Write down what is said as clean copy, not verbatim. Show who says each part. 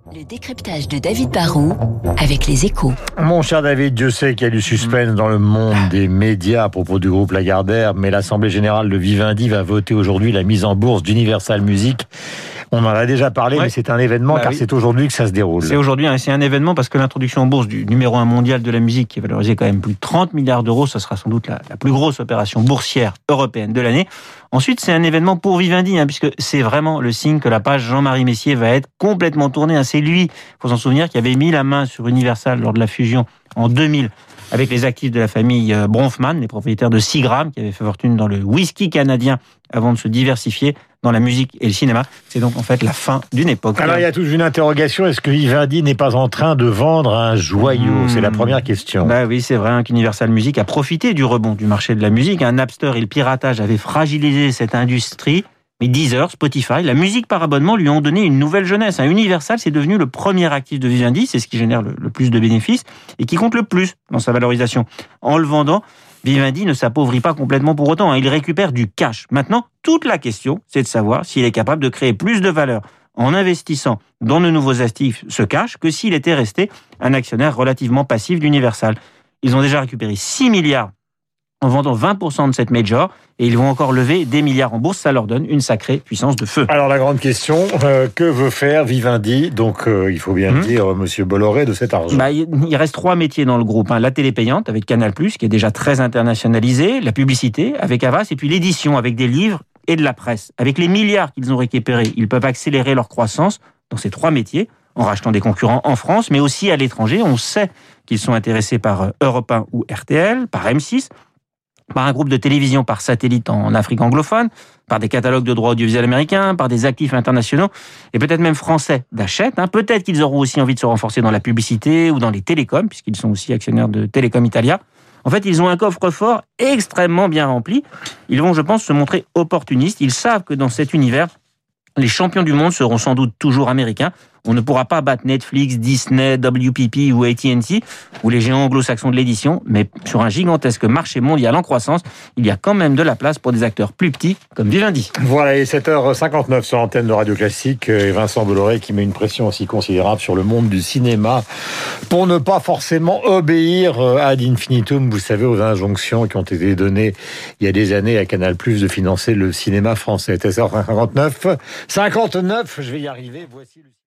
Speaker 1: Le décryptage de David Barrault avec Les Échos.
Speaker 2: Mon cher David, Dieu sait qu'il y a du suspense dans le monde des médias à propos du groupe Lagardère, mais l'Assemblée Générale de Vivendi va voter aujourd'hui la mise en bourse d'Universal Music. On en a déjà parlé, mais c'est un événement car c'est aujourd'hui que ça se déroule.
Speaker 3: C'est aujourd'hui, c'est un événement parce que l'introduction en bourse du numéro 1 mondial de la musique, qui est valorisé quand même plus de 30 milliards d'euros, ça sera sans doute la plus grosse opération boursière européenne de l'année. Ensuite, c'est un événement pour Vivendi, puisque c'est vraiment le signe que la page Jean-Marie Messier va être complètement tournée. C'est lui, il faut s'en souvenir, qui avait mis la main sur Universal lors de la fusion en 2000 avec les actifs de la famille Bronfman, les propriétaires de Seagram, qui avaient fait fortune dans le whisky canadien avant de se diversifier dans la musique et le cinéma. C'est donc en fait la fin d'une époque.
Speaker 2: Alors il y a toute une interrogation, est-ce que Vivendi n'est pas en train de vendre un joyau ? C'est la première question.
Speaker 3: Oui, c'est vrai qu'Universal Music a profité du rebond du marché de la musique. Napster et le piratage avaient fragilisé cette industrie. Mais Deezer, Spotify, la musique par abonnement lui ont donné une nouvelle jeunesse. Universal, c'est devenu le premier actif de Vivendi, c'est ce qui génère le plus de bénéfices et qui compte le plus dans sa valorisation. En le vendant, Vivendi ne s'appauvrit pas complètement pour autant, il récupère du cash. Maintenant, toute la question, c'est de savoir s'il est capable de créer plus de valeur en investissant dans de nouveaux actifs, ce cash, que s'il était resté un actionnaire relativement passif d'Universal. Ils ont déjà récupéré 6 milliards en vendant 20% de cette major, et ils vont encore lever des milliards en bourse, ça leur donne une sacrée puissance de feu.
Speaker 2: Alors la grande question, que veut faire Vivendi ? Donc il faut bien dire, Monsieur Bolloré, de cet argent.
Speaker 3: Il reste 3 métiers dans le groupe. La télé payante avec Canal+, qui est déjà très internationalisé, la publicité avec Havas, et puis l'édition avec des livres et de la presse. Avec les milliards qu'ils ont récupérés, ils peuvent accélérer leur croissance dans ces 3 métiers, en rachetant des concurrents en France, mais aussi à l'étranger. On sait qu'ils sont intéressés par Europe 1 ou RTL, par M6, par un groupe de télévision par satellite en Afrique anglophone, par des catalogues de droits audiovisuels américains, par des actifs internationaux, et peut-être même français d'Hachette. Peut-être qu'ils auront aussi envie de se renforcer dans la publicité ou dans les télécoms, puisqu'ils sont aussi actionnaires de Telecom Italia. En fait, ils ont un coffre-fort extrêmement bien rempli. Ils vont, je pense, se montrer opportunistes. Ils savent que dans cet univers, les champions du monde seront sans doute toujours américains. On ne pourra pas battre Netflix, Disney, WPP ou AT&T, ou les géants anglo-saxons de l'édition, mais sur un gigantesque marché mondial en croissance, il y a quand même de la place pour des acteurs plus petits comme Vivendi.
Speaker 2: Voilà, et 7h59 sur l'antenne de Radio Classique, et Vincent Bolloré qui met une pression aussi considérable sur le monde du cinéma pour ne pas forcément obéir ad infinitum, vous savez, aux injonctions qui ont été données il y a des années à Canal+, de financer le cinéma français. 7h59, je vais y arriver, voici le...